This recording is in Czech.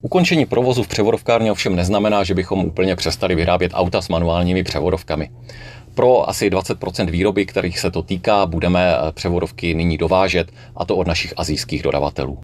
Ukončení provozu v převodovkárně ovšem neznamená, že bychom úplně přestali vyrábět auta s manuálními převodovkami. Pro asi 20% výroby, kterých se to týká, budeme převodovky nyní dovážet, a to od našich asijských dodavatelů.